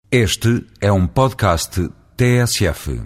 Este é um podcast TSF.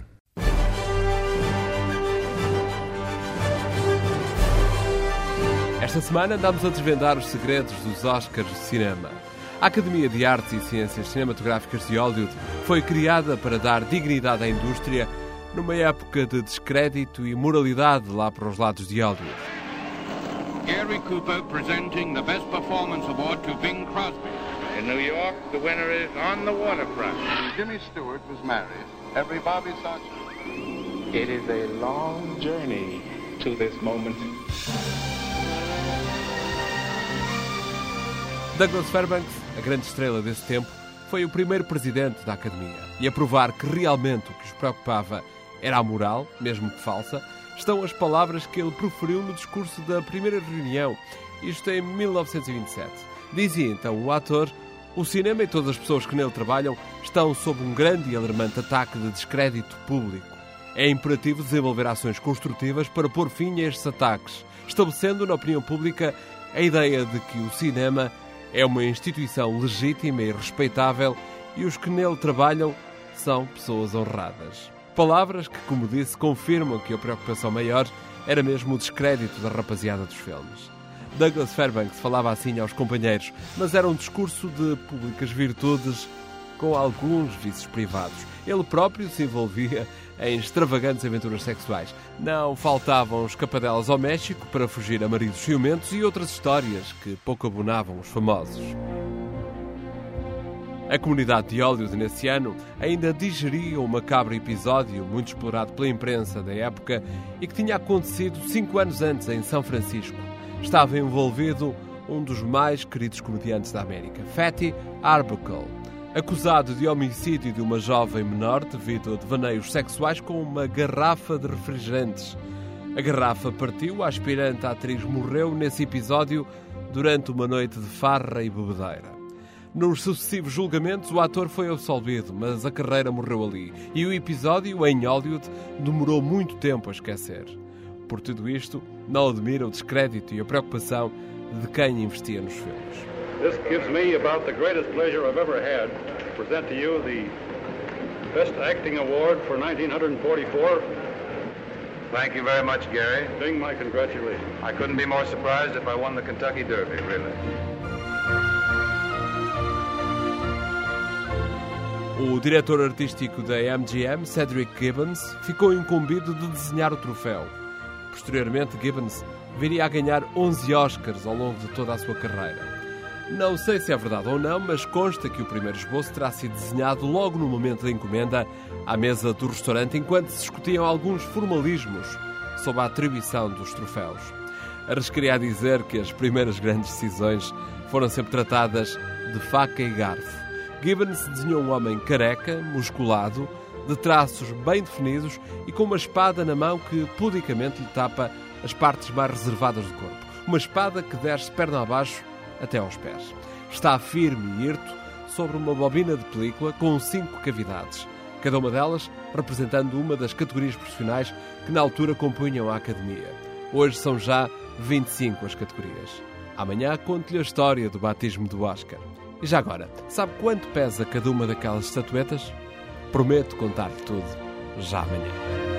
Esta semana andamos a desvendar os segredos dos Oscars de cinema. A Academia de Artes e Ciências Cinematográficas de Hollywood foi criada para dar dignidade à indústria numa época de descrédito e moralidade lá para os lados de Hollywood. Gary Cooper presenting the Best Performance Award to Bing Crosby. In New York, the winner is On the Waterfront. Jimmy Stewart was married. Every Bobby Sargent. It is a long journey to this moment. Douglas Fairbanks, a grande estrela desse tempo, foi o primeiro presidente da Academia. E a provar que realmente o que os preocupava era a moral, mesmo que falsa, estão as palavras que ele proferiu no discurso da primeira reunião, isto em 1927. Dizia então o ator: o cinema e todas as pessoas que nele trabalham estão sob um grande e alarmante ataque de descrédito público. É imperativo desenvolver ações construtivas para pôr fim a estes ataques, estabelecendo na opinião pública a ideia de que o cinema é uma instituição legítima e respeitável e os que nele trabalham são pessoas honradas. Palavras que, como disse, confirmam que a preocupação maior era mesmo o descrédito da rapaziada dos filmes. Douglas Fairbanks falava assim aos companheiros, mas era um discurso de públicas virtudes com alguns vícios privados. Ele próprio se envolvia em extravagantes aventuras sexuais. Não faltavam escapadelas ao México para fugir a maridos ciumentos e outras histórias que pouco abonavam os famosos. A comunidade de Hollywood nesse ano ainda digeria um macabro episódio muito explorado pela imprensa da época e que tinha acontecido 5 anos antes em São Francisco. Estava envolvido um dos mais queridos comediantes da América, Fatty Arbuckle, acusado de homicídio de uma jovem menor devido a devaneios sexuais com uma garrafa de refrigerantes. A garrafa partiu, a aspirante atriz morreu nesse episódio durante uma noite de farra e bebedeira. Nos sucessivos julgamentos, o ator foi absolvido, mas a carreira morreu ali. E o episódio, em Hollywood, demorou muito tempo a esquecer. Por tudo isto, não admira o descrédito e a preocupação de quem investia nos filmes. This gives me about the greatest pleasure I've ever had to present to you the Best Acting Award for 1944. Thank you very much, Gary. Bing, my congratulations. I couldn't be more surprised if I won the Kentucky Derby, really. O diretor artístico da MGM, Cedric Gibbons, ficou incumbido de desenhar o troféu. Posteriormente, Gibbons viria a ganhar 11 Oscars ao longo de toda a sua carreira. Não sei se é verdade ou não, mas consta que o primeiro esboço terá sido desenhado logo no momento da encomenda à mesa do restaurante, enquanto se discutiam alguns formalismos sobre a atribuição dos troféus. Arriscaria a dizer que as primeiras grandes decisões foram sempre tratadas de faca e garfo. Gibbons desenhou um homem careca, musculado, de traços bem definidos e com uma espada na mão que pudicamente lhe tapa as partes mais reservadas do corpo. Uma espada que desce perna abaixo até aos pés. Está firme e hirto sobre uma bobina de película com 5 cavidades, cada uma delas representando uma das categorias profissionais que na altura compunham a Academia. Hoje são já 25 as categorias. Amanhã conto-lhe a história do batismo do Oscar. E já agora, sabe quanto pesa cada uma daquelas estatuetas? Prometo contar-lhe tudo já amanhã.